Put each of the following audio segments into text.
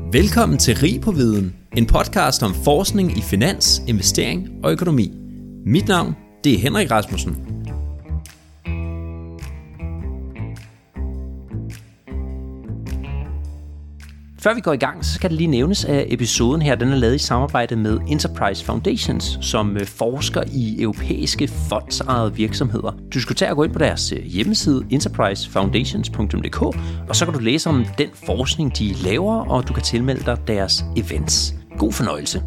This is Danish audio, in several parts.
Velkommen til Rig på Viden, en podcast om forskning i finans, investering og økonomi. Mit navn, det er Henrik Rasmussen. Før vi går i gang, så skal det lige nævnes, at episoden her den er lavet i samarbejde med Enterprise Foundations, som forsker i europæiske fondsejede virksomheder. Du skal tage og gå ind på deres hjemmeside enterprisefoundations.dk, og så kan du læse om den forskning, de laver, og du kan tilmelde dig deres events. God fornøjelse.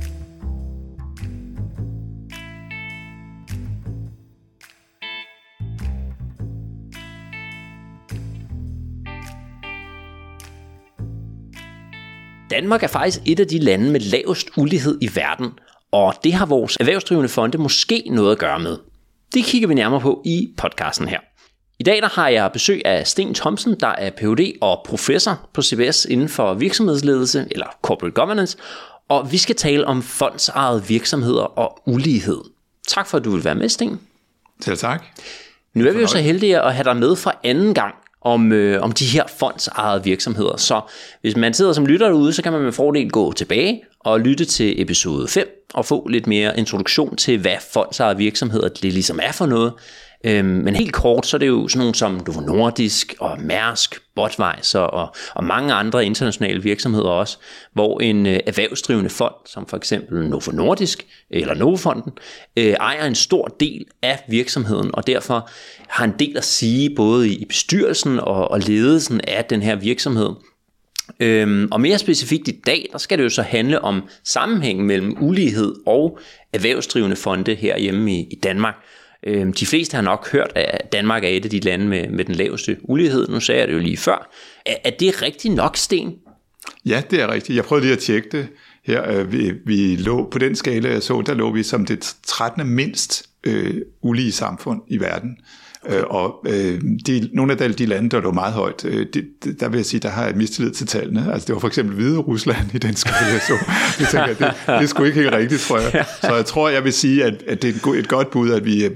Danmark er faktisk et af de lande med lavest ulighed i verden, og det har vores erhvervsdrivende fonde måske noget at gøre med. Det kigger vi nærmere på i podcasten her. I dag der har jeg besøg af Sten Thomsen, der er Ph.D. og professor på CBS inden for virksomhedsledelse eller corporate governance, og vi skal tale om fondsejede virksomheder og ulighed. Tak for, at du vil være med, Sten. Selv tak. Nu er vi jo så heldige at have dig med for anden gang om de her fondsejede virksomheder. Så hvis man sidder som lytter derude, så kan man med fordel gå tilbage og lytte til episode 5 og få lidt mere introduktion til, hvad fondsejede virksomheder det ligesom er for noget. Men helt kort, så er det jo sådan nogle som Novo Nordisk og Mærsk, Budweiser og mange andre internationale virksomheder også, hvor en erhvervsdrivende fond, som for eksempel Novo Nordisk eller Novofonden, ejer en stor del af virksomheden, og derfor har en del at sige både i bestyrelsen og ledelsen af den her virksomhed. Og mere specifikt i dag, der skal det jo så handle om sammenhængen mellem ulighed og erhvervsdrivende fonde herhjemme i Danmark. De fleste har nok hørt, at Danmark er et af de lande med den laveste ulighed. Nu sagde jeg det jo lige før. Er det rigtigt nok, Sten? Ja, det er rigtigt. Jeg prøvede lige at tjekke det her. Vi lå på den skala, jeg så, der lå vi som det 13. mindst ulige samfund i verden. Og nogle af de lande, der lå meget højt, der vil jeg sige, der har jeg mistillid til tallene. Altså det var for eksempel Hvide Rusland i den skala, jeg så. Jeg tænker, det er sgu ikke helt rigtigt, tror jeg. Så jeg tror, jeg vil sige, at det er et godt bud, at vi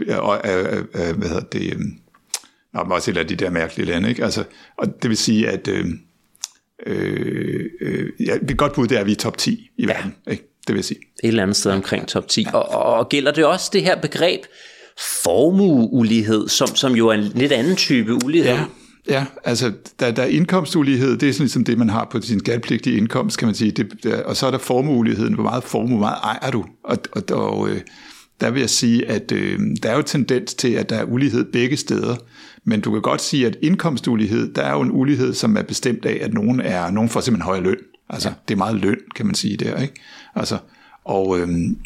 også et af de der mærkelige lande, ikke? Altså, og det vil sige, at et godt bud, det er, at vi er top 10 i verden, ikke? Det vil jeg sige. Et eller andet sted omkring top 10. Og gælder det også det her begreb formueulighed, som jo er en lidt anden type ulighed? Ja, altså der er indkomstulighed, det er sådan ligesom det, man har på sin skatpligtige indkomst, kan man sige. Og så er der formueuligheden, hvor meget ejer du? Og der vil jeg sige, at der er jo tendens til, at der er ulighed begge steder, men du kan godt sige, at indkomstulighed, der er jo en ulighed, som er bestemt af, at nogen får simpelthen højere løn. Altså, det er meget løn, kan man sige der, ikke? Altså, og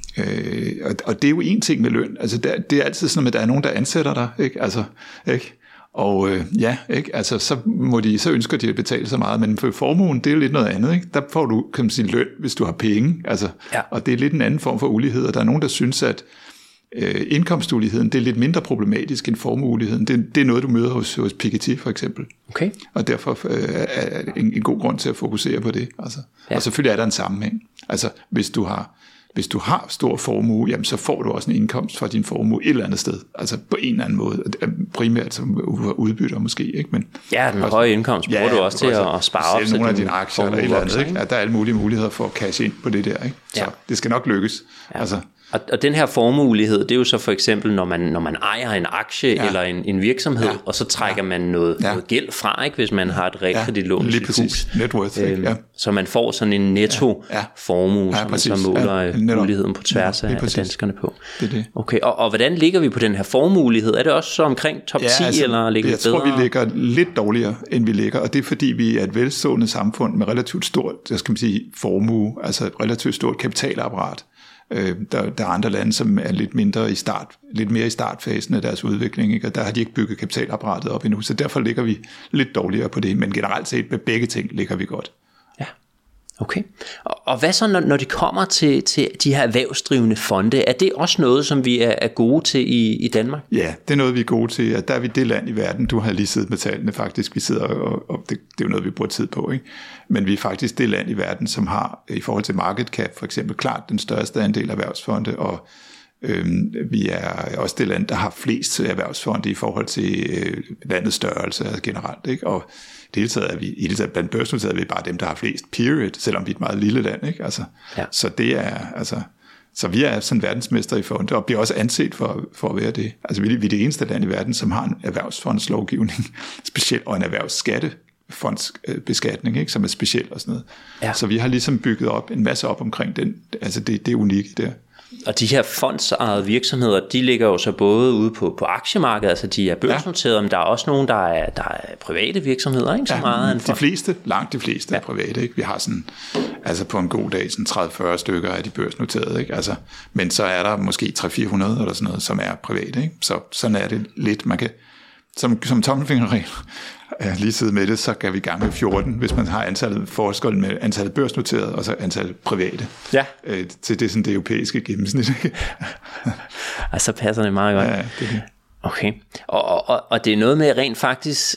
det er jo en ting med løn. Altså det er altid sådan, at der er nogen, der ansætter dig, ikke? Altså, ikke? Og ikke? Altså så ønsker de at betale så meget, men for formuen, det er lidt noget andet, ikke? Der får du, kan man sige, løn, hvis du har penge, altså, og det er lidt en anden form for ulighed, og der er nogen, der synes, at indkomstuligheden, det er lidt mindre problematisk end formueuligheden. Det er noget, du møder hos Piketty for eksempel. Okay. Og derfor er en god grund til at fokusere på det. Altså. Ja. Og selvfølgelig er der en sammenhæng. Altså hvis du har stor formue, jamen, så får du også en indkomst fra din formue et eller andet sted. Altså på en eller anden måde. Primært som udbytter måske. Ikke? Men ja, den høje indkomst bruger du også til at spare op. Selv nogle af dine aktier eller et eller andet. Ikke? Der er alle mulige muligheder for at cashe ind på det der. Ikke? Så det skal nok lykkes. Ja. Altså. Og den her formueulighed, det er jo så for eksempel, når man ejer en aktie eller en virksomhed, og så trækker man noget gæld fra, ikke, hvis man har et realkreditlån til et hus. Net worth, så man får sådan en netto formue, som man så måler uligheden på tværs af danskerne på. Det. Okay, og hvordan ligger vi på den her formueulighed? Er det også så omkring top 10, eller ligger vi bedre? Jeg tror, vi ligger lidt dårligere, end vi ligger, og det er fordi, vi er et velstående samfund med relativt stort, formue, altså et relativt stort kapitalapparat. Der er andre lande, som er lidt mere i startfasen af deres udvikling, ikke? Og der har de ikke bygget kapitalapparatet op endnu, så derfor ligger vi lidt dårligere på det, men generelt set med begge ting ligger vi godt. Ja, okay. Og hvad så, når de kommer til de her erhvervsdrivende fonde? Er det også noget, som vi er gode til i Danmark? Ja, det er noget, vi er gode til, og der er vi det land i verden. Du har lige siddet med tallene faktisk, vi sidder og det er jo noget, vi bruger tid på, ikke? Men vi er faktisk det land i verden, som har i forhold til market cap for eksempel klart den største andel af erhvervsfonde, og Vi er også det land, der har flest erhvervsfonde i forhold til landets størrelse generelt, ikke? Og det hele taget er vi, blandt børsnoterede er vi bare dem, der har flest, period, selvom vi er et meget lille land, ikke? Altså, så det er, altså, så vi er sådan verdensmester i fonde, og bliver også anset for at være det. Altså vi er det eneste land i verden, som har en erhvervsfondslovgivning, specielt, og en erhvervsskattefondsbeskatning, ikke? Som er speciel og sådan noget. Ja. Så vi har ligesom bygget en masse op omkring den, altså det unikke der. Og de her fondsejede virksomheder, de ligger jo så både ude på aktiemarkedet, altså de er børsnoterede, men der er også nogle, der er private virksomheder, ikke så meget? Langt de fleste er private, ikke? Vi har sådan, altså på en god dag, sådan 30-40 stykker af de børsnoterede, ikke? Altså, men så er der måske 300-400 eller sådan noget, som er private, ikke? Så sådan er det lidt, man kan, som tommelfingerregel, lige siden med det, så kan vi gange 14, hvis man har forskelle med antallet børsnoterede, og så antallet private. Ja. Til det sådan det europæiske gennemsnit. Og så passer det meget godt. Ja, det. Okay. Og det er noget med rent faktisk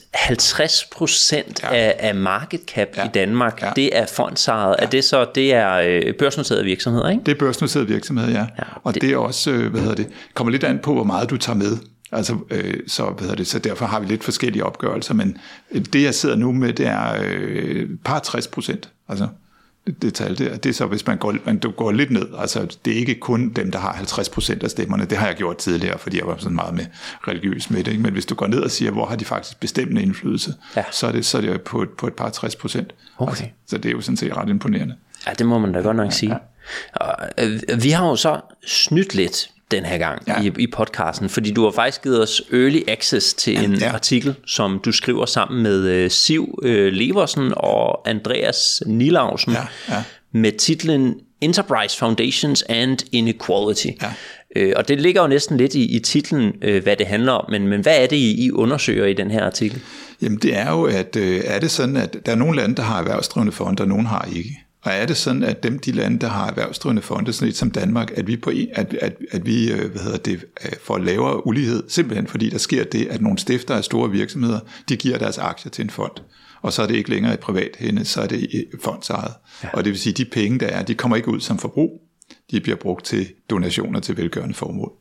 50% af market cap i Danmark, det er fondsejet. Er det så, det er børsnoterede virksomheder, ikke? Det er børsnoterede virksomheder, ja. Og det er også, kommer lidt an på, hvor meget du tager med. Altså, så derfor har vi lidt forskellige opgørelser, men det jeg sidder nu med, det er par 60%. Altså, det tal der. Det er så, hvis man går lidt ned. Altså, det er ikke kun dem, der har 50% af stemmerne. Det har jeg gjort tidligere, fordi jeg var sådan meget med religiøs med det. Ikke? Men hvis du går ned og siger, hvor har de faktisk bestemmende indflydelse, så er det på et par 60%. Okay. Altså, så det er jo sådan set ret imponerende. Ja, det må man da godt nok sige. Og, vi har jo så snydt lidt den her gang i podcasten, fordi du har faktisk givet os early access til en artikel, som du skriver sammen med Siv Leversen og Andreas Nilausen med titlen Enterprise Foundations and Inequality. Og det ligger jo næsten lidt i titlen, hvad det handler om, men hvad er det, I undersøger i den her artikel? Jamen det er jo, at er det sådan, at der er nogle lande, der har erhvervsdrivende fonde, og nogle har ikke. Og er det sådan, at de lande, der har erhvervsdrivende fonde, sådan lidt som Danmark, at vi får lavere ulighed, simpelthen fordi der sker det, at nogle stiftere af store virksomheder, de giver deres aktier til en fond. Og så er det ikke længere et privat hænde, så er det fondsejet. Ja. Og det vil sige, at de penge, der er, de kommer ikke ud som forbrug. De bliver brugt til donationer til velgørende formål.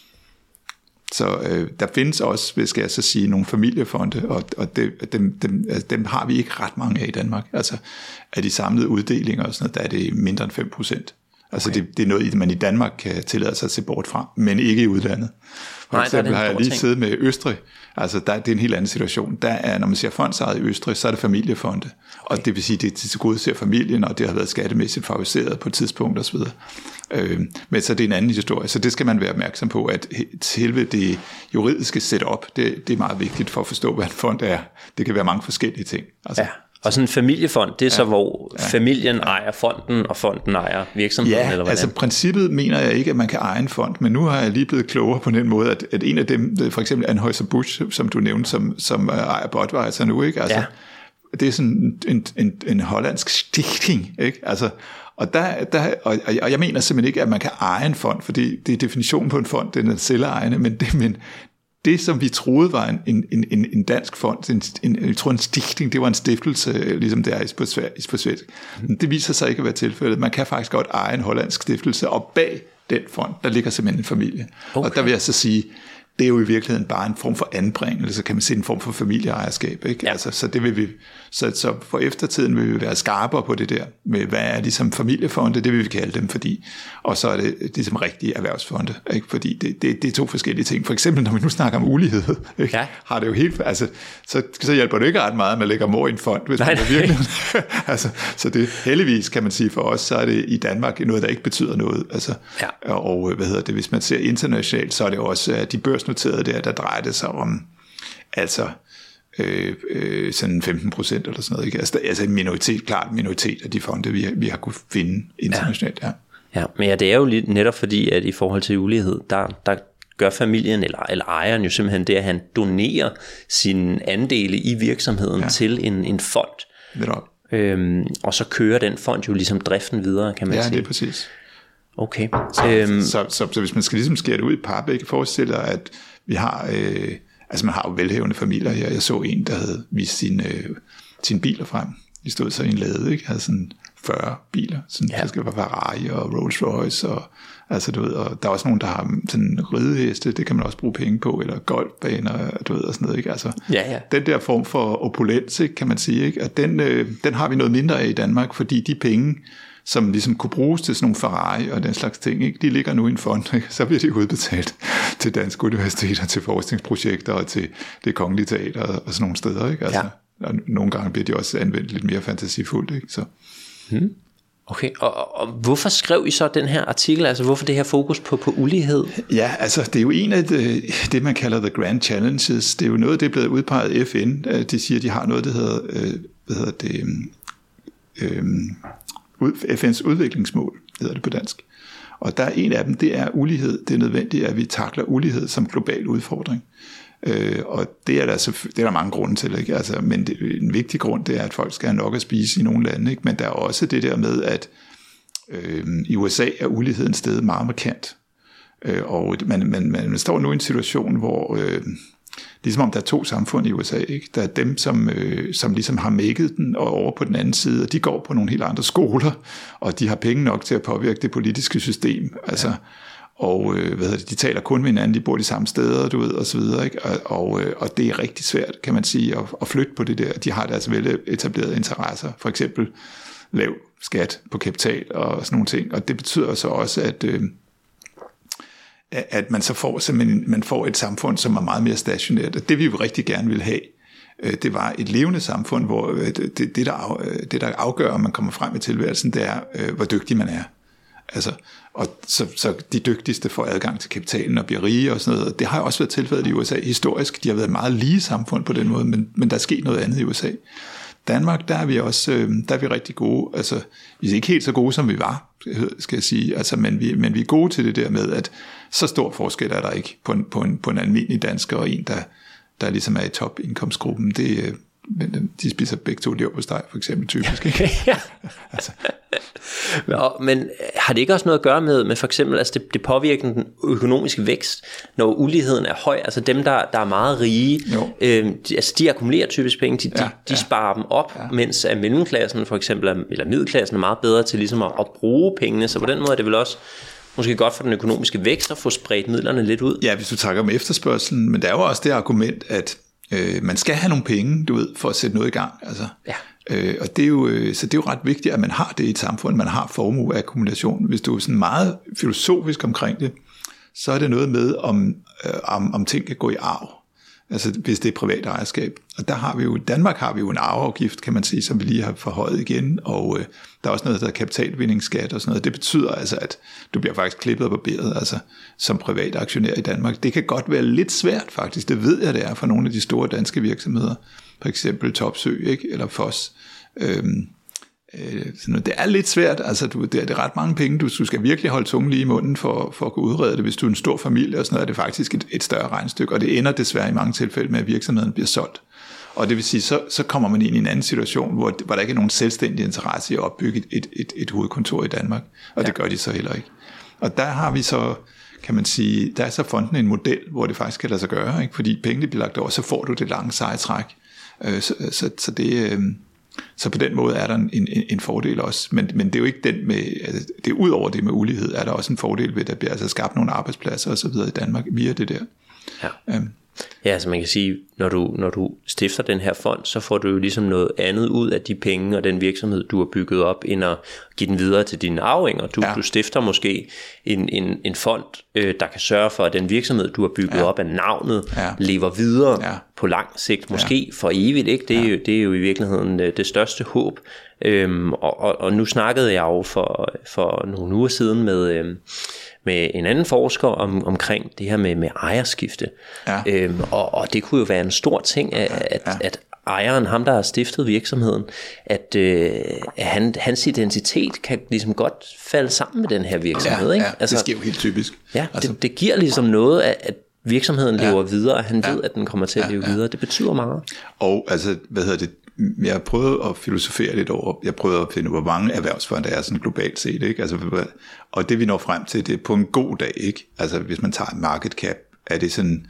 Så der findes også, skal jeg så sige, nogle familiefonde, og dem har vi ikke ret mange af i Danmark. Altså af de samlede uddelinger og sådan noget, der er det mindre end 5%. Altså det er noget, man i Danmark kan tillade sig at se bort fra, men ikke i udlandet. For eksempel har jeg lige siddet med Østrig. Altså det er en helt anden situation. Der er, når man siger fondsejet i Østrig, så er det familiefonde. Og det vil sige, det tilgodeser familien, og det har været skattemæssigt favoriseret på et tidspunkt osv. Men så det er en anden historie. Så det skal man være opmærksom på, at selve det juridiske setup, det er meget vigtigt for at forstå, hvad en fond er. Det kan være mange forskellige ting. Altså, ja. Og sådan en familiefond, det er så, hvor familien ejer fonden, og fonden ejer virksomheden, eller hvordan? Altså princippet mener jeg ikke, at man kan eje en fond, men nu har jeg lige blevet klogere på den måde, at en af dem, for eksempel Anheuser-Busch, som du nævnte, som ejer Budweiser nu, ikke? Altså, det er sådan en hollandsk stiftung, ikke? Altså, og jeg mener simpelthen ikke, at man kan eje en fond, fordi det er definitionen på en fond, den er selvejende, men det, som vi troede var en dansk fond, jeg tror en stiftung, det var en stiftelse, ligesom det er på svensk. Det viser sig ikke at være tilfældet. Man kan faktisk godt eje en hollandsk stiftelse, og bag den fond, der ligger simpelthen en familie. Okay. Og der vil jeg så sige, det er jo i virkeligheden bare en form for anbringelse, kan man sige, en form for familieejerskab, ikke? Ja. Altså, så det vil vi, så for eftertiden vil vi være skarpere på det der, med hvad er ligesom familiefonde, det vil vi kalde dem, fordi, og så er det ligesom rigtige erhvervsfonde, ikke? Fordi det er to forskellige ting. For eksempel, når vi nu snakker om ulighed, ikke? Ja. Har det jo helt, altså, så hjælper det ikke ret meget, at man lægger mor i en fond, hvis man er virkelig. Altså, så det heldigvis, kan man sige, for os, så er det i Danmark noget, der ikke betyder noget. Altså, og hvis man ser internationalt, så er det også de børsnoterede der drejer det sig om, altså, sådan 15% eller sådan noget, ikke? Altså en minoritet af de fonde, vi har kunnet finde internationalt. Ja, men det er jo netop fordi, at i forhold til ulighed, der gør familien eller ejeren jo simpelthen det, at han donerer sine andele i virksomheden til en fond. Og så kører den fond jo ligesom driften videre, kan man sige. Ja, det er præcis. Okay. Så hvis man skal ligesom skære det ud i par, ikke forestiller, at vi har, altså man har jo velhavende familier her. Jeg så en, der havde vist sine biler frem. De stod så i en lade, ikke? Havde sådan 40 biler. Sådan, ja. Der skal være Ferrari og Rolls Royce, og, altså, du ved, og der er også nogen, der har sådan rideheste, det kan man også bruge penge på, eller golfbaner, du ved, og sådan noget, ikke? Altså, ja. Den der form for opulens, ikke, kan man sige, ikke? Og den har vi noget mindre af i Danmark, fordi de penge, som ligesom kunne bruges til sådan nogle Ferrari og den slags ting, ikke? De ligger nu i en fond, ikke? Så bliver de udbetalt til danske universiteter, til forskningsprojekter og til det kongelige teater og sådan nogle steder, ikke? Altså, og nogle gange bliver de også anvendt lidt mere fantasifuldt, ikke? Så. Okay, og hvorfor skrev I så den her artikel? Altså hvorfor det her fokus på ulighed? Ja, altså det er jo en af det man kalder the grand challenges. Det er jo noget, det er blevet udpeget af FN. De siger, de har noget, der hedder FN's udviklingsmål, hedder det på dansk. Og der er en af dem, det er ulighed. Det er nødvendigt, at vi takler ulighed som global udfordring. Og det er der mange grunde til, ikke? Altså, men en vigtig grund, det er, at folk skal have nok at spise i nogle lande, ikke? Men der er også det der med, at i USA er uligheden steget meget markant. Og man står nu i en situation, hvor ligesom om der er to samfund i USA, ikke? Der er dem, som ligesom har maket den, og over på den anden side, og de går på nogle helt andre skoler, og de har penge nok til at påvirke det politiske system. Altså, ja. Og de taler kun med hinanden, de bor de samme steder, du ved, og så videre, ikke? Og det er rigtig svært, kan man sige, at flytte på det der. De har deres vel etablerede interesser, for eksempel lav skat på kapital og sådan nogle ting. Og det betyder så også, at man så får simpelthen, man får et samfund, som er meget mere stationært. Og det vi jo rigtig gerne vil have, det var et levende samfund, hvor det der afgør, om man kommer frem i tilværelsen, det er, hvor dygtig man er. Altså, og så de dygtigste får adgang til kapitalen og bliver rige og sådan noget. Det har også været tilfældet i USA historisk. De har været meget lige samfund på den måde, men der er sket noget andet i USA. Danmark, der er vi også der er vi rigtig gode. Altså, vi er ikke helt så gode, som vi var, skal jeg sige. Altså, men vi er gode til det der med, at så stor forskel er der ikke på en almindelig dansker og en, der ligesom er i topindkomstgruppen. De spiser begge to leverpostej, for eksempel, typisk. Ikke? Altså. Men har det ikke også noget at gøre med for eksempel, altså det påvirker den økonomiske vækst, når uligheden er høj? Altså dem, der er meget rige, de akkumulerer typisk penge, de sparer dem op, mens at mellemklassen for eksempel, eller middelklassen er meget bedre til ligesom at bruge pengene, så på den måde er det vel også måske godt for den økonomiske vækst at få spredt midlerne lidt ud. Ja, hvis du takker om efterspørgselen, men der er jo også det argument, at man skal have nogle penge, du ved, for at sætte noget i gang. Altså. Ja. Og det er jo, så det er jo ret vigtigt, at man har det i et samfund, man har formueakkumulation. Hvis du er sådan meget filosofisk omkring det, så er det noget med, om ting kan gå i arv. Altså hvis det er privat ejerskab. Og der har vi jo, i Danmark har vi jo en arveafgift, kan man sige, som vi lige har forhøjet igen, og der er også noget, der hedder kapitalvindingsskat og sådan noget. Det betyder altså, at du bliver faktisk klippet og barberet, altså som privat aktionær i Danmark. Det kan godt være lidt svært faktisk, det ved jeg, det er for nogle af de store danske virksomheder, for eksempel Topsø, ikke? Eller Foss. Det er lidt svært, altså det er ret mange penge, du skal virkelig holde tungen lige i munden for at kunne udrede det. Hvis du er en stor familie og sådan noget, er det faktisk et større regnestykke, og det ender desværre i mange tilfælde med, at virksomheden bliver solgt. Og det vil sige, så kommer man ind i en anden situation, hvor der ikke er nogen selvstændig interesse i at opbygge et hovedkontor i Danmark, og det gør de så heller ikke. Og der har vi så, kan man sige, der er så fonden en model, hvor det faktisk kan lade sig gøre, ikke? Fordi pengene bliver lagt over, så får du det lange seje træk. Så på den måde er der en fordel også, men det er jo ikke den med, altså, det er ud over det med ulighed, er der også en fordel ved, at der bliver altså skabt nogle arbejdspladser og så videre i Danmark via det der. Ja. Ja, altså man kan sige, når du stifter den her fond, så får du jo ligesom noget andet ud af de penge og den virksomhed, du har bygget op, end at give den videre til dine arvinger. Du stifter måske en fond, der kan sørge for, at den virksomhed, du har bygget op af navnet, lever videre på lang sigt, måske for evigt. Ikke? Det er jo i virkeligheden det største håb. Og nu snakkede jeg jo for nogle uger siden med en anden forsker omkring det her med ejerskifte. Ja. Og det kunne jo være en stor ting, at ejeren, ham der har stiftet virksomheden, at hans identitet kan ligesom godt falde sammen med den her virksomhed. Ikke? Altså, det sker jo helt typisk. Ja, altså, det giver ligesom noget, at virksomheden lever videre, og han ved, at den kommer til at leve videre. Det betyder meget. Og altså, jeg prøvede at filosofere lidt over, jeg prøvede at finde, hvor mange erhvervsfonde er sådan globalt set, ikke? Altså, og det vi når frem til, det er på en god dag, ikke? Altså, hvis man tager en market cap, er det sådan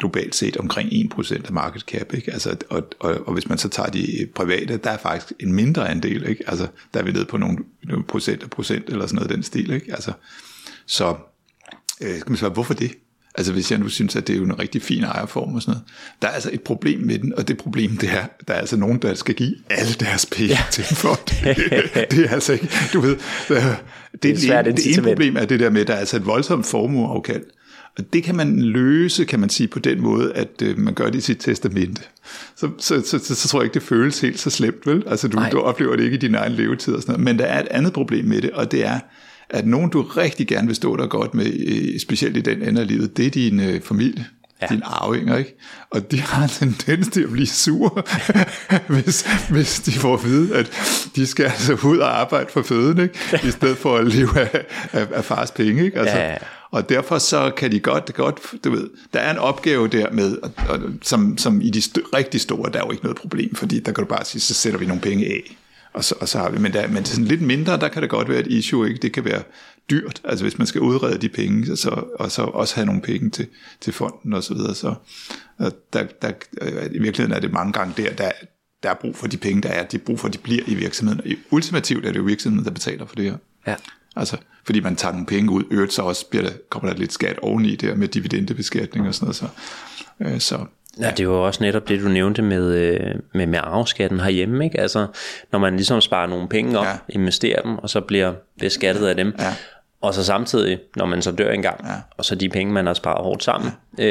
globalt set omkring 1% af market cap, ikke? Altså, og hvis man så tager de private, der er faktisk en mindre andel, ikke? Altså, der er vi nede på nogle procent eller sådan noget den stil, ikke? Altså, så skal man spørge, hvorfor det? Altså hvis jeg nu synes, at det er jo en rigtig fin ejerform og sådan noget. Der er altså et problem med den, og det problem det er, der er altså nogen, der skal give alle deres penge til en fond. Det er altså ikke, du ved, det ene problem er det der med, at der er altså et voldsomt formueafkald. Og det kan man løse, kan man sige, på den måde, at man gør det i sit testamente. Så tror jeg ikke, det føles helt så slemt, vel? Altså du oplever det ikke i din egen levetid og sådan noget. Men der er et andet problem med det, og det er, at nogen, du rigtig gerne vil stå der godt med, specielt i den ende af livet, det er din familie, dine arvinger, ikke? Og de har en tendens til at blive sure, hvis de får at vide, at de skal altså ud og arbejde for føden, ikke? I stedet for at leve af fars penge, ikke? Altså, og derfor så kan de godt, du ved, der er en opgave der med, som i de rigtig store, der er jo ikke noget problem, fordi der kan du bare sige, så sætter vi nogle penge af. Og så har vi, men sådan lidt mindre, der kan det godt være et issue, ikke? Det kan være dyrt, altså hvis man skal udrede de penge, og så også have nogle penge til fonden og så videre, så i virkeligheden er det mange gange der er brug for de penge, der er, de er brug for, at de bliver i virksomheden, og ultimativt er det jo virksomheden, der betaler for det her. Ja. Altså, fordi man tager nogle penge ud, øvrigt så også kommer der lidt skat oveni der med dividendebeskatning og sådan noget, så Ja, det var også netop det, du nævnte med arveskatten herhjemme, ikke? Altså, når man ligesom sparer nogle penge op, investerer dem, og så bliver beskattet af dem, og så samtidig, når man så dør engang, og så de penge, man har sparet hårdt sammen,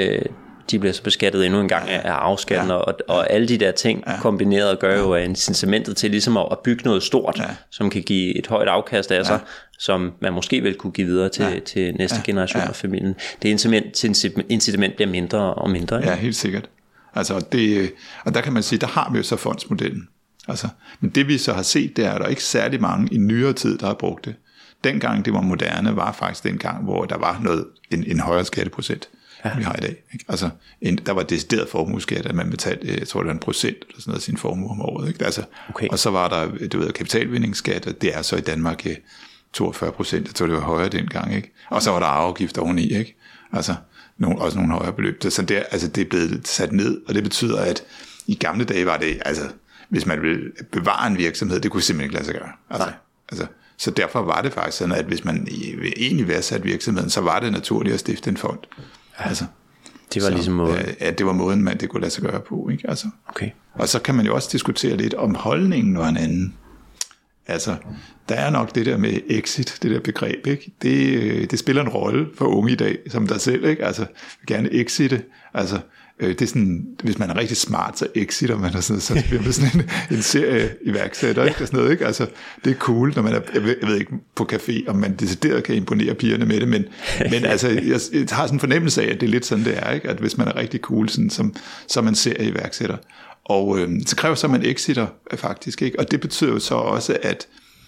de bliver så beskattet endnu en gang af arveskatten, og alle de der ting kombineret gør jo incitamentet til ligesom at bygge noget stort, som kan give et højt afkast af sig, som man måske vil kunne give videre til næste generation af familien. Det incitament bliver mindre og mindre. Ja, helt sikkert. Altså og der kan man sige, der har vi jo så fondsmodellen. Altså, men det vi så har set, det er, at der ikke særlig mange i nyere tid, der har brugt det. Dengang det var moderne, var faktisk den gang, hvor der var en højere skatteprocent, vi har i dag. Ikke? Altså, der var decideret formueskat, at man betalte, jeg tror det var 1% eller sådan noget af sin formue om året. Ikke? Altså, og så var der, kapitalvindingsskat, og det er så i Danmark 42%, jeg tror det var højere dengang. Ikke? Og så var der afgift oveni, ikke? Altså, også nogle højere beløb. Så det er blevet sat ned, og det betyder, at i gamle dage var det, altså, hvis man ville bevare en virksomhed, det kunne simpelthen ikke lade sig gøre. Altså, så derfor var det faktisk sådan, at hvis man egentlig værdsat virksomheden, så var det naturligt at stifte en fond. Altså, det var ligesom måden. Ja, det var måden, det kunne lade sig gøre på. Ikke? Altså. Okay. Og så kan man jo også diskutere lidt om holdningen og en anden. Altså, der er nok det der med exit, det der begreb, ikke? Det spiller en rolle for unge i dag, som dig selv, ikke? Altså, gerne exite, altså, det er sådan, hvis man er rigtig smart, så exiter man og sådan noget, så bliver man sådan en serie iværksætter, ikke? Og sådan noget, ikke? Altså, det er cool, når man er, jeg ved ikke, på café, om man decideret kan imponere pigerne med det, men altså, jeg har sådan en fornemmelse af, at det er lidt sådan, det er, ikke? At hvis man er rigtig cool, sådan, så man ser iværksætter. Og så kræver så, at man exiter faktisk, ikke? Og det betyder jo så også, at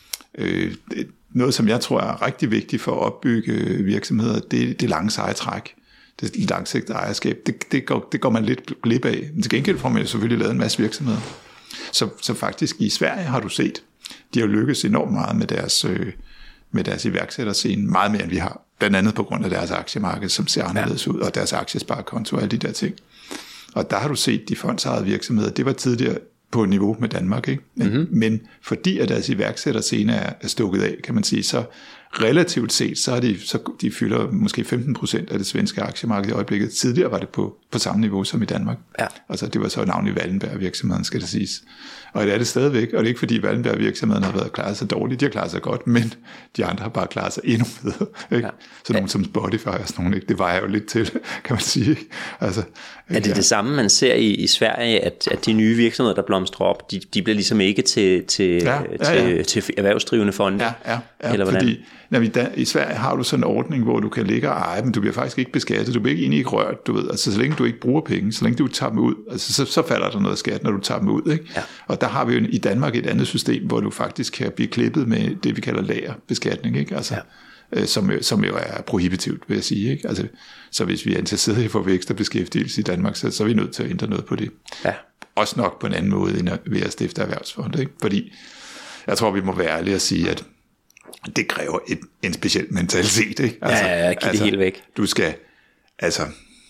noget, som jeg tror er rigtig vigtigt for at opbygge virksomheder, det er lange seje træk. Det langsigtede ejerskab, det går man lidt glip af. Men til gengæld får man jo selvfølgelig lavet en masse virksomheder. Så faktisk i Sverige har du set, de har lykkes enormt meget med deres iværksætterscene, meget mere end vi har. Blandt andet på grund af deres aktiemarked, som ser anderledes ud, og deres aktiesparekonto og alle de der ting. Og der har du set de fondsejede virksomheder, det var tidligere på niveau med Danmark, ikke? Men fordi at deres iværksætterscene er stukket af, kan man sige, så relativt set, så de fylder måske 15% af det svenske aktiemarked i øjeblikket. Tidligere var det på samme niveau som i Danmark. Ja. Altså det var så navnlig Wallenberg-virksomheden, skal det siges. Og det er det stadigvæk, og det er ikke fordi Wallenberg-virksomheden har været klaret sig dårligt, de har klaret sig godt, men de andre har bare klaret sig endnu bedre. Ikke? Ja. Så nogen som Spotify og sådan nogle, ikke? Det vejer jo lidt til, kan man sige. Ikke? Altså, er det det samme, man ser i Sverige, at de nye virksomheder, der blomstrer op, de bliver ligesom ikke til erhvervsdrivende fonde? Ja, eller fordi i Sverige har du sådan en ordning, hvor du kan ligge og eje, men du bliver faktisk ikke beskattet, du bliver egentlig ikke rørt, du ved, altså så længe du ikke bruger penge, så længe du tager dem ud, altså så falder der noget skat, når du tager dem ud, ikke? Ja. Og der har vi jo i Danmark et andet system, hvor du faktisk kan blive klippet med det, vi kalder lagerbeskatning, ikke? Altså, som jo er prohibitivt, vil jeg sige, ikke? Altså, så hvis vi er interesseret i at få vækst og beskæftigelse i Danmark, så er vi nødt til at ændre noget på det. Ja. Også nok på en anden måde, end ved at stifte erhvervsfond, ikke? Fordi jeg tror, vi må være ærlige at sige, at det kræver en speciel mentalitet, ikke? Altså, det helt væk. Du skal, altså,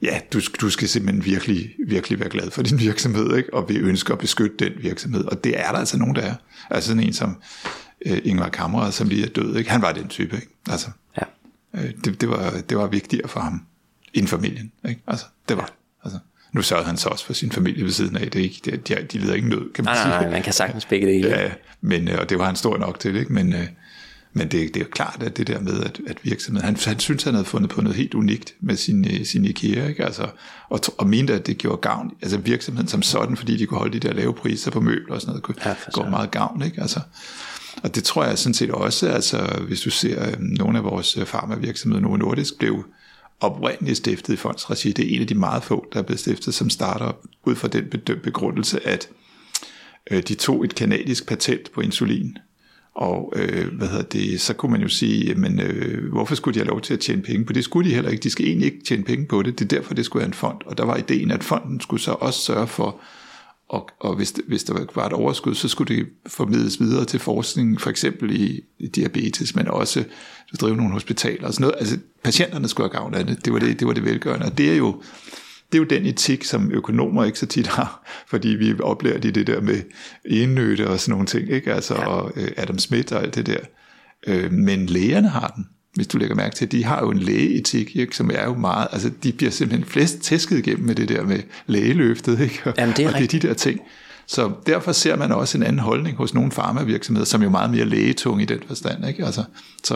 ja, du skal simpelthen virkelig, virkelig være glad for din virksomhed, ikke? Og vi ønsker at beskytte den virksomhed, og det er der altså nogen, der er. Altså sådan en som Ingvar Kamprad, som lige er død, ikke? Han var den type, ikke? Altså, ja. Det var vigtigere for ham inden familien, ikke? Altså, det var det. Altså, nu sørgede han så også for sin familie ved siden af. Det er ikke, de lider ikke nød, kan man sige. Nej, man kan sagtens begge det hele. Ja, men, og det var han stor nok til, ikke? Men det er klart, at det der med, at virksomheden, han synes, han havde fundet på noget helt unikt med sin IKEA, ikke? Altså, og mente, at det gjorde gavn. Altså virksomheden som sådan, fordi de kunne holde de der lave priser på møbler og sådan noget, kunne gå meget gavn, ikke? Altså, og det tror jeg sådan set også, altså hvis du ser nogle af vores farmavirksomheder, Novo Nordisk, blev oprindeligt stiftet i fondsregi. Det er en af de meget få, der er blevet stiftet som startup, ud fra den begrundelse, at de tog et kanadisk patent på insulin. Og så kunne man jo sige, men hvorfor skulle de have lov til at tjene penge på det? Skulle de heller ikke. De skal egentlig ikke tjene penge på det. Det er derfor, det skulle være en fond. Og der var ideen, at fonden skulle så også sørge for, og hvis der var et overskud, så skulle det formidles videre til forskning, for eksempel i diabetes, men også drive nogle hospitaler og sådan noget. Altså patienterne skulle have gavn af det. Det var det velgørende. Og det er jo den etik, som økonomer ikke så tit har, fordi vi oplærer det der med ennytte og sådan nogle ting, ikke? Altså, og Adam Smith og alt det der. Men lægerne har den. Hvis du lægger mærke til, de har jo en lægeetik, ikke, som er jo meget, altså de bliver simpelthen flest tæsket igennem med det der med lægeløftet, ikke? Jamen, det er og det er de der ting. Så derfor ser man også en anden holdning hos nogle farmavirksomheder, som er jo meget mere lægetunge i den forstand, ikke? Altså, så.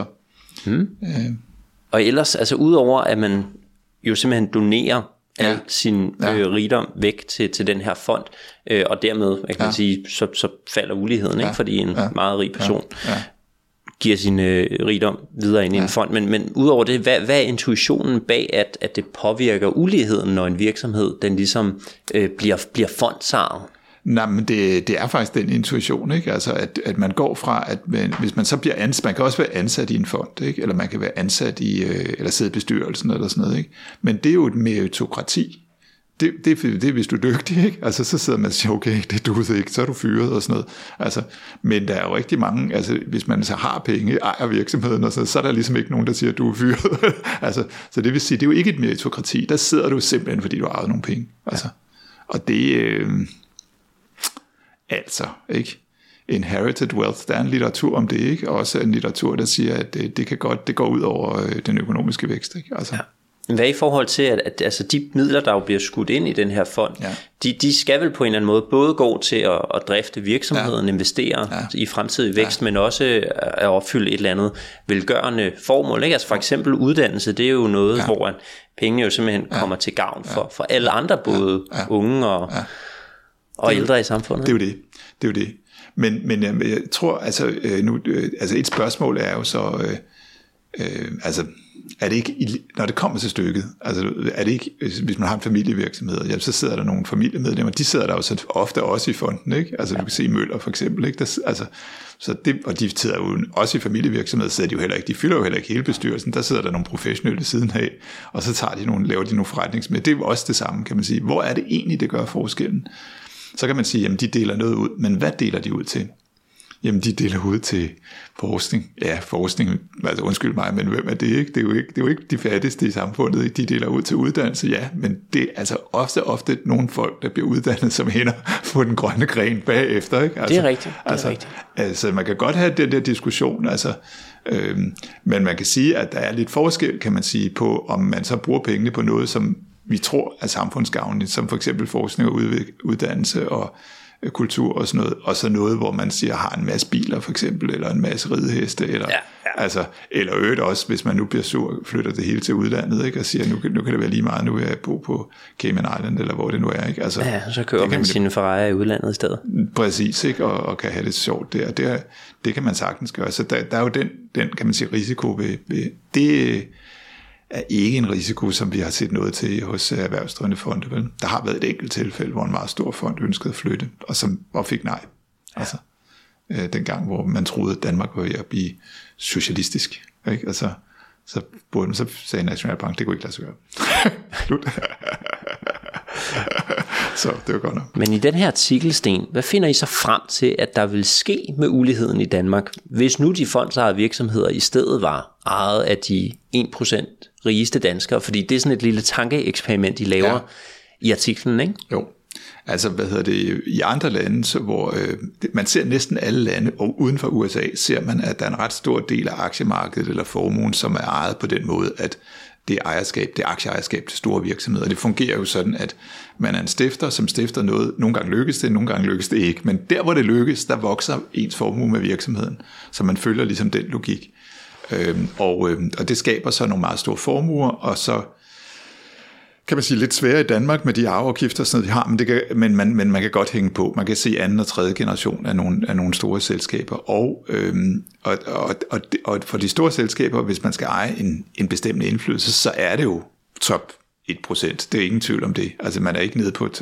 Og ellers, altså udover at man jo simpelthen donerer al sin rigdom væk til den her fond, og dermed, jeg kan sige, så falder uligheden, ikke? Fordi en meget rig person giver sin rigdom videre ind i en fond. Men udover det, hvad er intuitionen bag, at det påvirker uligheden, når en virksomhed den ligesom bliver fondsejet? Nej, men det er faktisk den intuition, ikke? Altså at man går fra, at hvis man så bliver ansat, man kan også være ansat i en fond, ikke? Eller man kan være ansat i, eller sidde i bestyrelsen eller sådan noget, ikke? Men det er jo et meritokrati. Det er hvis du er dygtig, ikke? Altså så sidder man og siger, okay, det duede ikke, så er du fyret og sådan noget. Altså, men der er jo rigtig mange, altså hvis man så har penge, ejer virksomheden og så er der ligesom ikke nogen, der siger, at du er fyret. Altså, så det vil sige, det er jo ikke et meritokrati. Der sidder du simpelthen, fordi du har ejet nogle penge. Altså, og det altså, ikke? Inherited wealth, der er en litteratur om det, ikke? Også en litteratur, der siger, at det går ud over den økonomiske vækst, ikke? Altså. Hvad i forhold til, at altså de midler, der jo bliver skudt ind i den her fond, de skal vel på en eller anden måde både gå til at drifte virksomheden, investere i fremtidig vækst, men også at opfylde et eller andet velgørende formål, ikke? Altså for eksempel uddannelse, det er jo noget, hvor pengene jo simpelthen kommer til gavn for alle andre, både unge og ældre i samfundet. Det er jo det. Men jeg tror, altså et spørgsmål er jo så, altså er det ikke, når det kommer til stykket, altså er det ikke, hvis man har en familievirksomhed, så sidder der nogle familiemedlemmer, de sidder der jo så ofte også i fonden, ikke? Altså du kan se Møller for eksempel, ikke? Så det, og de sidder jo også i familievirksomheder, sidder de jo heller ikke, de fylder jo heller ikke hele bestyrelsen, der sidder der nogle professionelle siden af, og så laver de nogle forretningsmænd. Det er jo også det samme, kan man sige. Hvor er det egentlig, det gør forskellen? Så kan man sige, jamen de deler noget ud, men hvad deler de ud til? Jamen de deler ud til forskning. Ja, forskning, altså undskyld mig, men hvem er det ikke? Det er jo ikke de fattigste i samfundet, de deler ud til uddannelse, ja, men det er altså ofte nogle folk, der bliver uddannet, som hænder på den grønne gren bagefter, ikke? Altså, det er rigtigt, rigtigt. Altså man kan godt have den der diskussion, altså, men man kan sige, at der er lidt forskel, kan man sige, på om man så bruger pengene på noget, som vi tror er samfundsgavnligt, som for eksempel forskning og uddannelse og kultur og sådan noget, og så noget, hvor man siger, har en masse biler for eksempel, eller en masse rideheste, eller, altså, eller øvrigt også, hvis man nu bliver sur, flytter det hele til udlandet, ikke, og siger, nu kan det være lige meget, nu vil jeg bo på Cayman Island, eller hvor det nu er, ikke? Altså, så kører man sine Ferrari i udlandet i stedet. Præcis, ikke, og kan have det sjovt der. Det kan man sagtens gøre, så der er jo den kan man sige, risiko ved det er ikke en risiko, som vi har set noget til hos erhvervsdrivende fonde. Vel? Der har været et enkelt tilfælde, hvor en meget stor fond ønskede at flytte, og fik nej. Altså, dengang, hvor man troede, at Danmark var ved at blive socialistisk. Ikke? Altså, så sagde Nationalbank, det kunne ikke lade sig gøre. Slut. Så det var godt nok. Men i den her artikel, Sten, hvad finder I så frem til, at der vil ske med uligheden i Danmark, hvis nu de fondsejede virksomheder i stedet var ejet af de 1% rigeste danskere? Fordi det er sådan et lille tankeeksperiment, I laver i artiklen, ikke? Jo. Altså, i andre lande, så hvor man ser næsten alle lande, og uden for USA, ser man, at der er en ret stor del af aktiemarkedet eller formuen, som er ejet på den måde, at det er aktieejerskab til store virksomheder. Det fungerer jo sådan, at man er en stifter, som stifter noget. Nogle gange lykkes det, nogle gange lykkes det ikke. Men der, hvor det lykkes, der vokser ens formue med virksomheden. Så man følger ligesom den logik. Og det skaber så nogle meget store formuer, og så kan man sige lidt sværere i Danmark med de arveafgifter, sådan noget, de har, men man kan godt hænge på. Man kan se anden og tredje generation af nogle store selskaber. Og for de store selskaber, hvis man skal eje en bestemt indflydelse, så er det jo top 1%. Det er ingen tvivl om det. Altså man er ikke nede på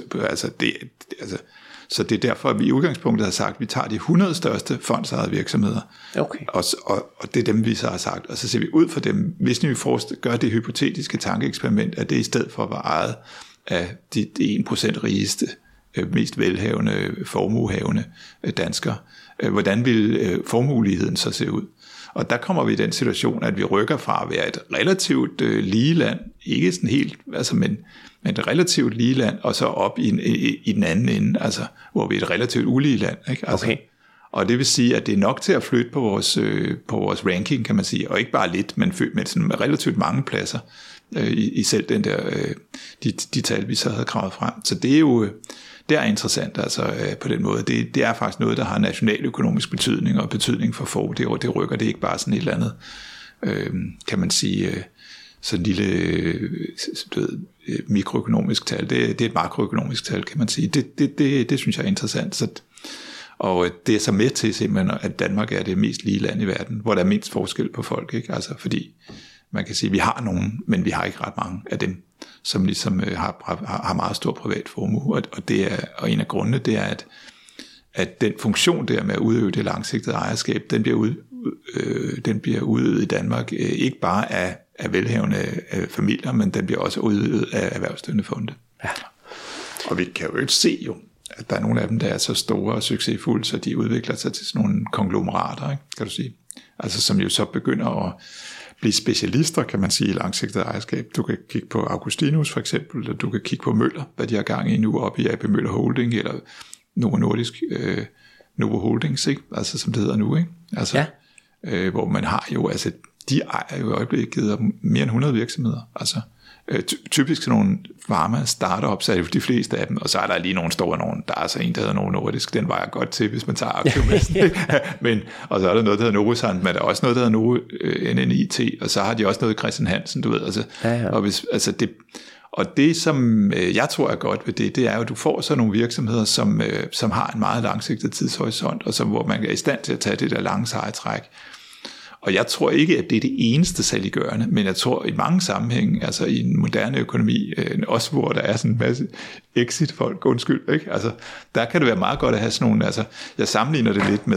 så det er derfor, at vi i udgangspunktet har sagt, at vi tager de 100 største fondsejede virksomheder. Okay. Og det er dem, vi så har sagt. Og så ser vi ud for dem, hvis vi gør det hypotetiske tankeeksperiment, at det i stedet for at være ejet af de 1% rigeste, mest velhavende, formuehavende danskere, hvordan vil formueuligheden så se ud? Og der kommer vi i den situation, at vi rykker fra at være et relativt lige land, ikke sådan helt, altså men et relativt lige land, og så op i den anden ende, altså hvor vi er et relativt ulige land. Ikke? Altså, okay. Og det vil sige, at det er nok til at flytte på vores ranking, kan man sige, og ikke bare lidt, men sådan relativt mange pladser i selv den der, de tal, vi så havde kravet frem. Så det er jo det er interessant altså på den måde. Det er faktisk noget, der har nationaløkonomisk betydning og betydning for få. Det rykker det ikke bare sådan et eller andet, kan man sige, sådan en lille mikroøkonomisk tal. Det er et makroøkonomisk tal, kan man sige. Det synes jeg er interessant. Og det er så med til simpelthen, at Danmark er det mest lige land i verden, hvor der er mindst forskel på folk. Ikke? Altså, fordi man kan sige, at vi har nogen, men vi har ikke ret mange af dem, som ligesom har meget stor privat formue. Og en af grundene, det er, at den funktion der med at udøve det langsigtede ejerskab, den bliver udøvet i Danmark, ikke bare af velhavende familier, men den bliver også udøvet af erhvervsdrivende fonde. Ja. Og vi kan jo ikke se jo, at der er nogle af dem, der er så store og succesfulde, så de udvikler sig til sådan nogle konglomerater, ikke? Kan du sige. Altså som jo så begynder at blive specialister, kan man sige, i langsigtet ejerskab. Du kan kigge på Augustinus for eksempel, eller du kan kigge på Møller, hvad de har gang i nu oppe i AP Møller Holding, eller Novo Nordisk Novo Holdings, ikke? Altså som det hedder nu, ikke? Altså, ja. Hvor man har jo, altså de ejer jo i øjeblikket mere end 100 virksomheder, altså typisk sådan nogle pharma startups er jo de fleste af dem, og så er der lige nogle store nogen. Der er altså en, der hedder Novo Nordisk, den vejer godt til, hvis man tager aktiemæssigt. Men, og så er der noget, der hedder Novozymes, men der er også noget, der hedder Novo NNIT, og så har de også noget Christian Hansen, du ved. Altså, ja. Og det, som jeg tror er godt ved det er jo, at du får så nogle virksomheder, som har en meget langsigtet tidshorisont, og hvor man er i stand til at tage det der lange sejtræk. Og jeg tror ikke, at det er det eneste saliggørende, men jeg tror i mange sammenhænge, altså i en moderne økonomi, også hvor der er sådan en masse exit-folk, ikke? Altså, der kan det være meget godt at have sådan nogle, altså, jeg sammenligner det lidt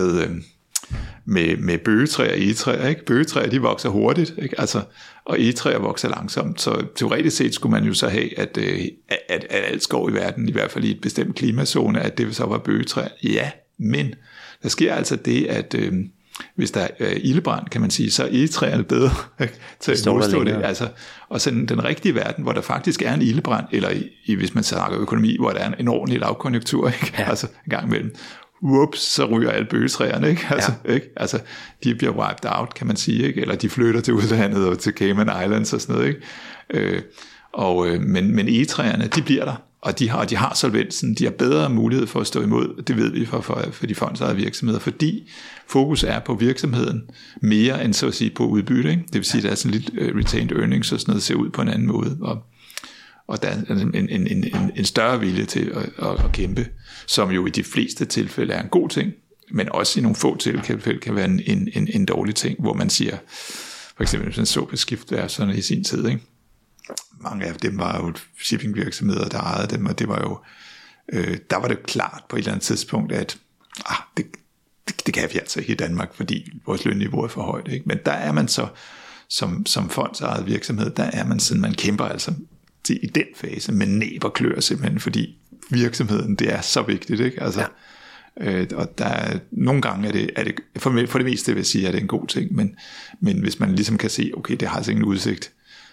med bøgetræer og egetræer, ikke? Bøgetræer, de vokser hurtigt, ikke? Altså, og egetræer vokser langsomt, så teoretisk set skulle man jo så have, at alt skov i verden, i hvert fald i et bestemt klimazone, at det så var bøgetræer. Ja, men der sker altså det, at hvis der er ildebrand, kan man sige, så er egetræerne bedre til at modstå det. Altså, og sådan den rigtige verden, hvor der faktisk er en ildebrand, eller hvis man snakker økonomi, hvor der er en ordentlig lavkonjunktur, ikke? Ja. Altså en gang imellem, så ryger alle bøgetræerne, ikke? Altså, ja. Ikke? Altså, de bliver wiped out, kan man sige, ikke? Eller de flytter til udlandet og til Cayman Islands og sådan noget, ikke? Men egetræerne, de bliver der. Og de har solvensen, de har bedre mulighed for at stå imod, det ved vi for de fondsejede virksomheder, fordi fokus er på virksomheden mere end så at sige på udbytte, ikke? Det vil sige, at der er sådan lidt retained earnings og sådan noget, ser ud på en anden måde, og der er en større vilje til at kæmpe, som jo i de fleste tilfælde er en god ting, men også i nogle få tilfælde kan være en dårlig ting, hvor man siger, for eksempel hvis man så på skibsværfterne i sin tid, ikke? Mange af dem var jo shippingvirksomheder, der ejede dem, og det var jo, der var det klart på et eller andet tidspunkt, at det kan vi altså ikke i Danmark, fordi vores lønniveau er for højt, ikke? Men der er man så, som fondsejet virksomhed, der er man sådan, man kæmper altså i den fase med næb og klør simpelthen, fordi virksomheden, det er så vigtigt, ikke? Altså, og der er, nogle gange er det for det meste vil jeg sige, at det er en god ting, men hvis man ligesom kan se, okay, det har altså ingen udsigt,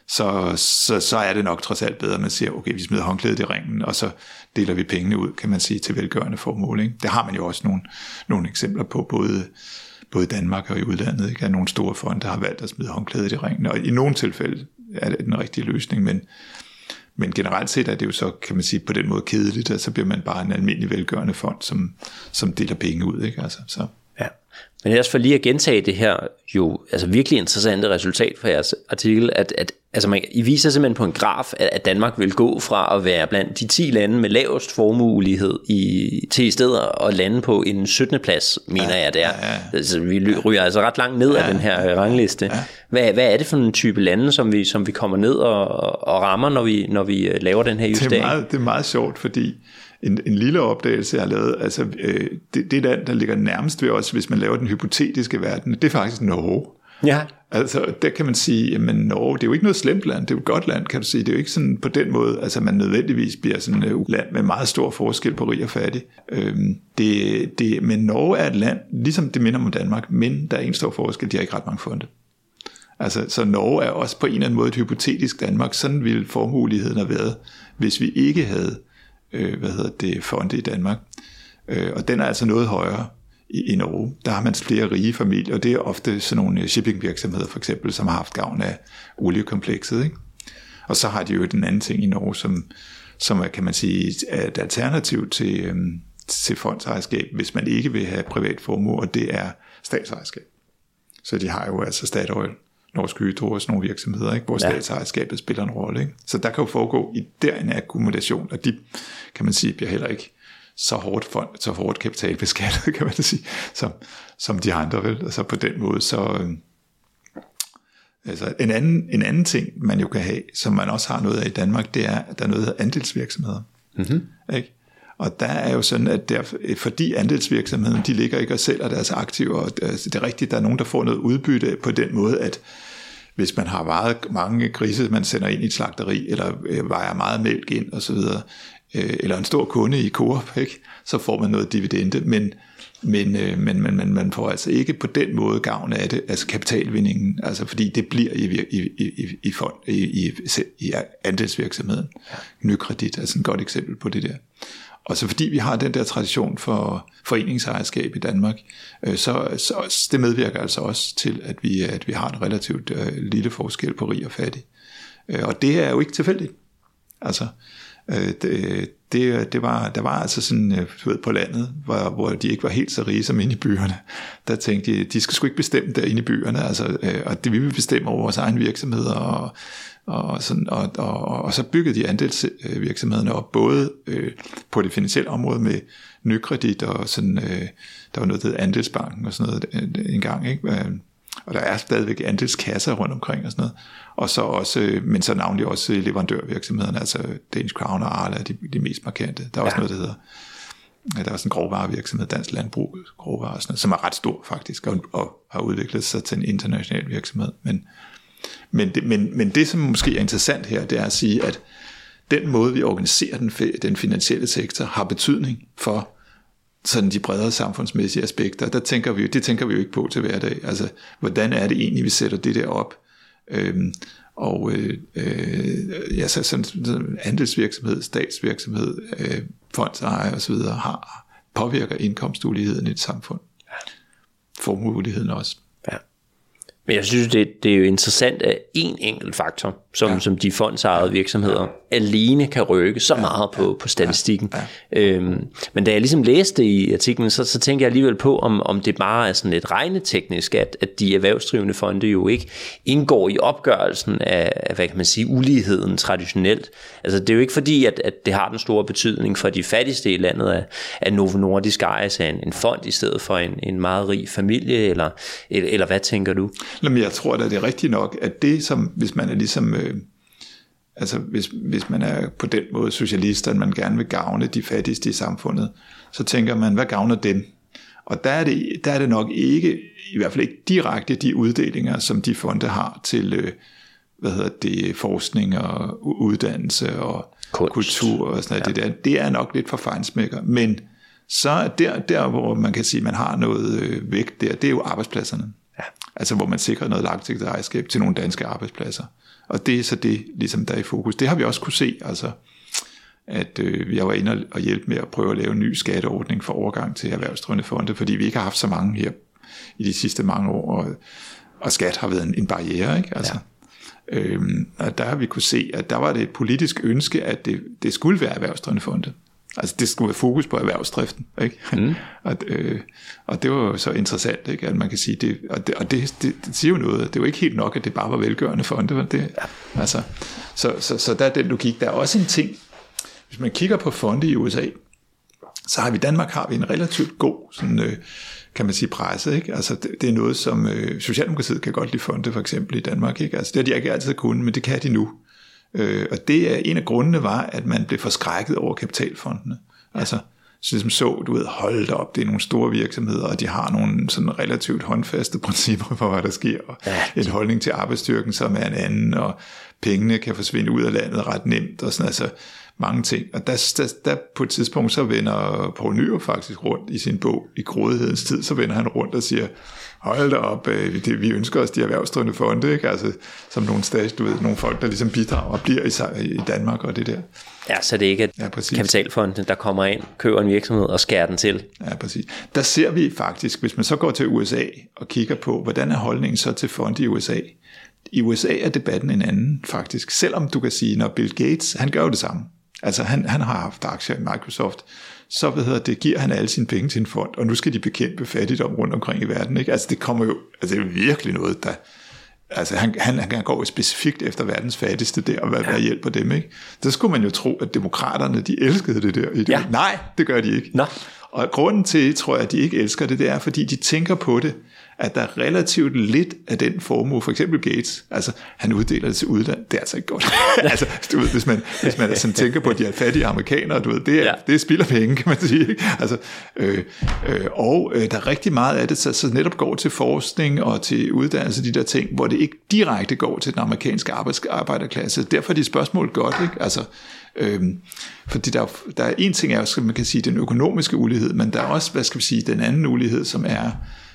så er det nok trods alt bedre, at man siger, okay, vi smider håndklædet i ringen, og så deler vi pengene ud, kan man sige, til velgørende formål, ikke? Det har man jo også nogle eksempler på, både i Danmark og i udlandet, ikke? At nogle store fonde, der har valgt at smide håndklædet i ringen, og i nogle tilfælde er det den rigtige løsning, men generelt set er det jo så, kan man sige, på den måde kedeligt, at så bliver man bare en almindelig velgørende fond, som deler penge ud, ikke? Altså, så. Ja, men ellers for lige at gentage det her jo altså virkelig interessante resultat fra jeres artikel, at altså I viser simpelthen på en graf, at Danmark vil gå fra at være blandt de 10 lande med lavest formueulighed til i stedet at lande på en 17. plads, mener jeg det er. Altså, vi ryger altså ret langt ned af den her rangliste. Hvad er det for en type lande, som vi kommer ned og rammer, når vi laver den her justering? Det er meget sjovt, fordi en lille opdagelse, jeg har lavet, altså det land, der ligger nærmest ved os, hvis man laver den hypotetiske verden, det er faktisk Norge. Ja. Altså, der kan man sige, jamen Norge, det er jo ikke noget slemt land, det er jo et godt land, kan du sige. Det er jo ikke sådan på den måde, altså man nødvendigvis bliver sådan et land med meget stor forskel på rig og fattig. Men Norge er et land, ligesom det minder om Danmark, men der er en stor forskel, de har ikke ret mange fonde. Altså, så Norge er også på en eller anden måde et hypotetisk Danmark. Sådan ville formueligheden have været, hvis vi ikke havde fonde i Danmark. Og den er altså noget højere i Norge. Der har man flere rige familier, og det er ofte sådan nogle shippingvirksomheder for eksempel, som har haft gavn af oliekomplekset, ikke? Og så har de jo den anden ting i Norge, som er, kan man sige, et alternativ til fondsejerskab, hvis man ikke vil have privat formue, og det er statsejerskab. Så de har jo altså Statoil, Norsk Hydro og sådan nogle virksomheder, ikke? Hvor statsejerskabet spiller en rolle, ikke? Så der kan jo foregå en akkumulation, og de, kan man sige, bliver heller ikke så hårdt kapitalbeskattet, kan man sige, som de andre, vel? Altså på den måde, så altså en anden ting, man jo kan have, som man også har noget af i Danmark, det er, at der er noget af andelsvirksomheder. Mm-hmm. Ikke? Og der er jo sådan, at fordi andelsvirksomheden, de ligger ikke og sælger deres aktiver, og det er rigtigt, der er nogen, der får noget udbytte på den måde, at hvis man har vejet mange grise, man sender ind i et slagteri, eller vejer meget mælk ind osv., eller en stor kunde i Coop, ikke? Så får man noget dividende, men man får altså ikke på den måde gavn af det, altså kapitalvindingen, altså fordi det bliver i andelsvirksomheden. Nykredit er sådan et godt eksempel på det der. Og så fordi vi har den der tradition for foreningsejerskab i Danmark, så det medvirker altså også til, at vi har en relativt lille forskel på rig og fattig. Og det er jo ikke tilfældigt. Altså, der var altså sådan, du ved, på landet, hvor de ikke var helt så rige som inde i byerne. Der tænkte de skal sgu ikke bestemme der inde i byerne, altså, og det vi vil bestemme over vores egen virksomheder, og så byggede de andelsvirksomhederne op, både på det finansielle område med Nykredit, og sådan, der var noget, der hed Andelsbanken og sådan noget en gang, ikke? Og der er stadigvæk andelskasser rundt omkring og sådan noget. Og så også, men så navnlig også leverandørvirksomhederne, altså Danish Crown og Arla er de mest markante. Der er også noget, der hedder, der er også en grovvarevirksomhed, Dansk Landbrug, grovvarer, sådan noget, som er ret stor faktisk, og har udviklet sig til en international virksomhed. Men det, som måske er interessant her, det er at sige, at den måde, vi organiserer den finansielle sektor, har betydning for sådan de bredere samfundsmæssige aspekter. Det tænker vi jo ikke på til hverdag. Altså, hvordan er det egentlig, vi sætter det der op? Så sådan andelsvirksomhed, statsvirksomhed, fondsejer osv. påvirker indkomstuligheden i et samfund. Formueuligheden også. Ja. Men jeg synes, det er jo interessant, at en enkelt faktor, som de fondsejede virksomheder alene kan rykke så meget på statistikken. Men da jeg ligesom læste i artiklen, så tænkte jeg alligevel på, om det bare er sådan lidt regneteknisk, at de erhvervsdrivende fonde jo ikke indgår i opgørelsen af, hvad kan man sige, uligheden traditionelt. Altså det er jo ikke fordi, at det har den store betydning for de fattigste i landet, at Novo Nordisk ejes af en fond i stedet for en meget rig familie, eller hvad tænker du? Jamen, jeg tror da, det er rigtigt nok, at det som, hvis man er ligesom, altså hvis man er på den måde socialist, at man gerne vil gavne de fattigste i samfundet, så tænker man, hvad gavner dem? Og der er det nok ikke, i hvert fald ikke direkte de uddelinger, som de fonde har til forskning og uddannelse og kunst, kultur og sådan noget. Det er nok lidt for fejnsmækker, men så der hvor man kan sige, man har noget vægt der, det er jo arbejdspladserne. Ja. Altså hvor man sikrer noget langsigtet ejerskab til nogle danske arbejdspladser. Og det er så det, ligesom der er i fokus. Det har vi også kunne se, altså at jeg var inde og hjælpe med at prøve at lave en ny skatteordning for overgang til erhvervsdrivende fonde, fordi vi ikke har haft så mange her i de sidste mange år, og skat har været en barriere, ikke? Altså, og der har vi kunne se, at der var det et politisk ønske, at det skulle være erhvervsdrivende fonde. Altså det skulle være fokus på erhvervsdriften, ikke? Og det var jo så interessant, ikke? At man kan sige det, og det siger jo noget. Det var ikke helt nok, at det bare var velgørende fonde. Altså, så der er den logik. Der er også en ting. Hvis man kigger på fonde i USA, så har vi i Danmark en relativt god sådan, kan man sige, presse, ikke? Altså det er noget som Socialdemokratiet kan godt lide fonde for eksempel i Danmark, ikke? Altså det har de ikke altid kunnet, men det kan de nu. Og det er en af grundene var, at man blev forskrækket over kapitalfondene. Altså så du ved, hold da op, det er nogle store virksomheder, og de har nogle sådan relativt håndfaste principper for, hvad der sker, og en holdning til arbejdsstyrken, som er en anden, og pengene kan forsvinde ud af landet ret nemt, og sådan altså mange ting. Og der på et tidspunkt, så vender Poul Nyrup faktisk rundt i sin bog, I grådighedens tid, så vender han rundt og siger, hold da op, vi ønsker os de erhvervsdrivende fonde, ikke? Altså, som nogle nogle folk, der ligesom bidrager og bliver i Danmark og det der. Ja, så det er ikke kapitalfonden, der kommer ind, køber en virksomhed og skærer den til. Ja, præcis. Der ser vi faktisk, hvis man så går til USA og kigger på, hvordan er holdningen så til fonde i USA. I USA er debatten en anden faktisk, selvom du kan sige, når Bill Gates, han gør jo det samme. Altså han har haft aktier i Microsoft, så giver han alle sine penge til en fond, og nu skal de bekæmpe fattigdom rundt omkring i verden, ikke? Altså det kommer jo, altså det er virkelig noget, der, altså han går jo specifikt efter verdens fattigste der, og hvad hjælper dem, ikke? Der skulle man jo tro, at demokraterne, de elskede det der. Ja. Nej, det gør de ikke. Nå. Og grunden til, tror jeg, at de ikke elsker det, det er, fordi de tænker på det, at der er relativt lidt af den formue, for eksempel Gates, altså han uddeler det til udlandet, det er altså ikke godt. Altså, du ved, hvis man sådan tænker på, at de er fattige amerikanere, du ved, det spilder penge, kan man sige, ikke? Altså, der er rigtig meget af det, så netop går til forskning og til uddannelse, de der ting, hvor det ikke direkte går til den amerikanske arbejderklasse. Derfor er de spørgsmål godt, ikke? Altså, fordi der er en ting, er, man kan sige, den økonomiske ulighed, men der er også, hvad skal vi sige, den anden ulighed, som er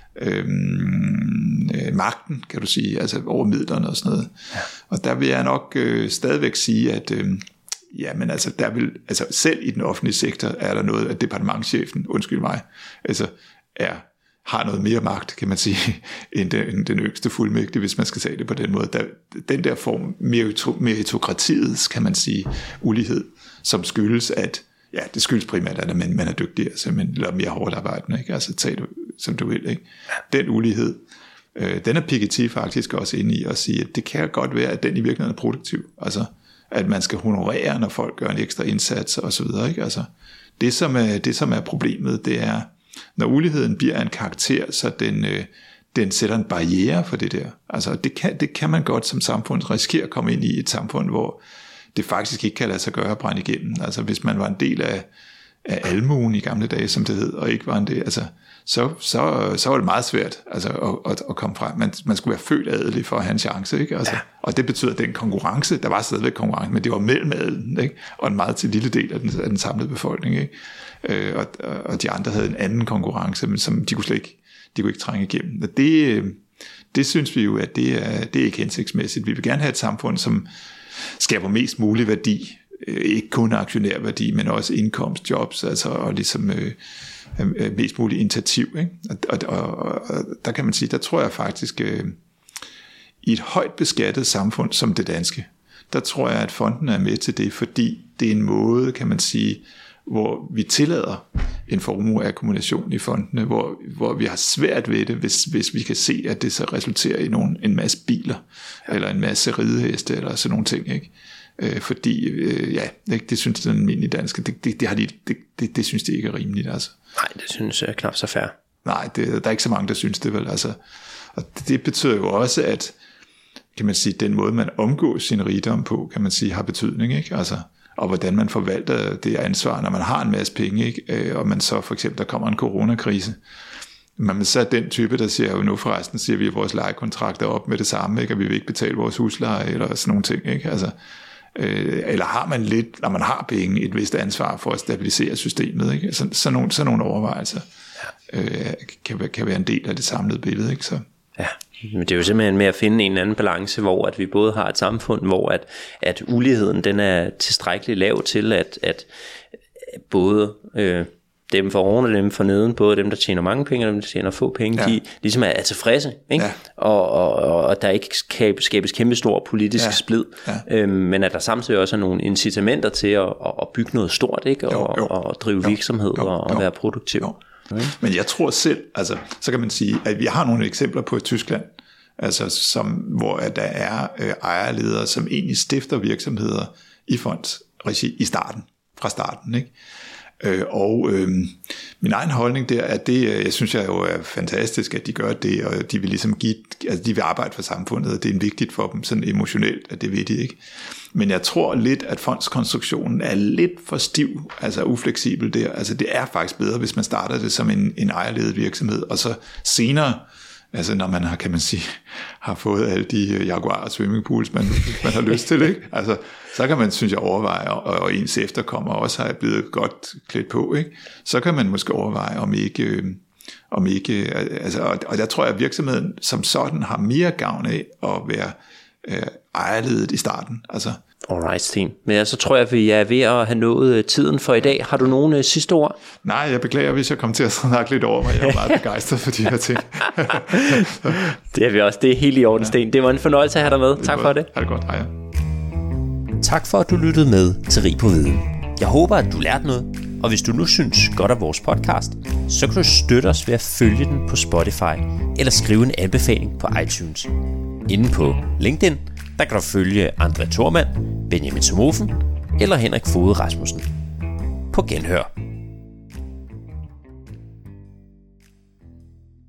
magten, kan du sige, altså over midlerne og sådan noget. Ja. Og der vil jeg nok stadigvæk sige, at men altså, selv i den offentlige sektor er der noget, at departementschefen, undskyld mig, altså har noget mere magt, kan man sige, end den yngste fuldmægtige, hvis man skal sige det på den måde. Den der form, meritokratiets, kan man sige, ulighed, som skyldes, at det skyldes primært, at man er dygtigere, eller mere hårdt arbejdende, ikke? Altså tag det, som du vil, ikke? Den ulighed, den er Piketty faktisk også inde i at sige, at det kan godt være, at den i virkeligheden er produktiv. Altså, at man skal honorere, når folk gør en ekstra indsats og så videre, ikke? Altså, det som er problemet, det er, når uligheden bliver en karakter, så den sætter en barriere for det der. Altså, det kan man godt som samfund risikere at komme ind i et samfund, hvor det faktisk ikke kan lade sig gøre at brænde igennem. Altså hvis man var en del af almuen i gamle dage, som det hed, og ikke var en del, altså, så var det meget svært altså, at komme frem. Man skulle være født adelig for at have en chance, ikke? Altså, og det betyder, at den konkurrence, der var stadigvæk konkurrence, men det var mellem adelen, ikke? Og en meget til lille del af den samlede befolkning, ikke? Og de andre havde en anden konkurrence, men som de kunne ikke trænge igennem. Og det synes vi jo, at det er ikke hensigtsmæssigt. Vi vil gerne have et samfund, som skaber mest mulig værdi, ikke kun aktionærværdi, men også indkomst, jobs, altså, og ligesom mest mulig initiativ, ikke? Og der kan man sige, der tror jeg faktisk, i et højt beskattet samfund som det danske, der tror jeg, at fonden er med til det, fordi det er en måde, kan man sige, hvor vi tillader en formueakkumulation i fondene, hvor vi har svært ved det, hvis vi kan se, at det så resulterer i en masse biler, eller en masse rideheste, eller sådan nogle ting, ikke? Fordi, det synes den almindelige danske, det synes de ikke er rimeligt, altså. Nej, det synes jeg knap så fair. Nej, der er ikke så mange, der synes det vel, altså. Og det betyder jo også, at, kan man sige, den måde, man omgås sin rigdom på, kan man sige, har betydning, ikke? Altså, og hvordan man forvalter det ansvar, når man har en masse penge, ikke? Og man så for eksempel, der kommer en coronakrise, Men så er den type, der siger jo nu forresten, siger vi, at vores lejekontrakter op med det samme, ikke? Og vi vil ikke betale vores husleje, eller sådan nogle ting, ikke? Altså, eller har man lidt, når man har penge, et vist ansvar for at stabilisere systemet, ikke? Sådan nogle overvejelser kan være en del af det samlede billede, ikke? Så. Ja, men det er jo simpelthen med at finde en anden balance, hvor at vi både har et samfund, hvor at uligheden den er tilstrækkeligt lav til, at både dem for oven og dem for neden, både dem der tjener mange penge og dem der tjener få penge, de ligesom er tilfredse, ikke? Ja. Og der ikke skabes kæmpe stor politisk splid, men at der samtidig også er nogle incitamenter til at bygge noget stort, ikke? Og drive virksomhed og være produktiv. Okay. Men jeg tror selv, altså så kan man sige, at vi har nogle eksempler på i Tyskland, altså hvor der er ejerledere, som egentlig stifter virksomheder i fondsregi fra starten, ikke? Min egen holdning der er det, jeg synes jo er fantastisk, at de gør det, og de vil ligesom de vil arbejde for samfundet, og det er vigtigt for dem sådan emotionelt, at det ved de ikke. Men jeg tror lidt, at fondskonstruktionen er lidt for stiv, altså ufleksibel der. Altså det er faktisk bedre, hvis man starter det som en ejerledet virksomhed, og så senere, altså når man har, kan man sige, har fået alle de Jaguar og swimmingpools, man har lyst til, ikke? Altså, så kan man, synes jeg, overveje, og ens efterkommer også har blevet godt klædt på, ikke? Så kan man måske overveje, om ikke altså, og der tror jeg, at virksomheden som sådan har mere gavn af at være ejerledet i starten, altså. Alright, Sten. Men så tror jeg, at vi er ved at have nået tiden for i dag. Har du nogle sidste ord? Nej, jeg beklager, hvis jeg kommer til at snakke lidt over mig. Jeg er meget begejstret for de her ting. Det er vi også. Det er helt i orden, Sten. Det var en fornøjelse at have dig med. Tak for det. Ha' det godt. Hej. Tak for, at du lyttede med til Rig på Viden. Jeg håber, at du lærte noget. Og hvis du nu synes godt af vores podcast, så kan du støtte os ved at følge den på Spotify eller skrive en anbefaling på iTunes. Inde på LinkedIn, der kan du følge André Thormand, Benjamin Somofen eller Henrik Foged Rasmussen. På genhør.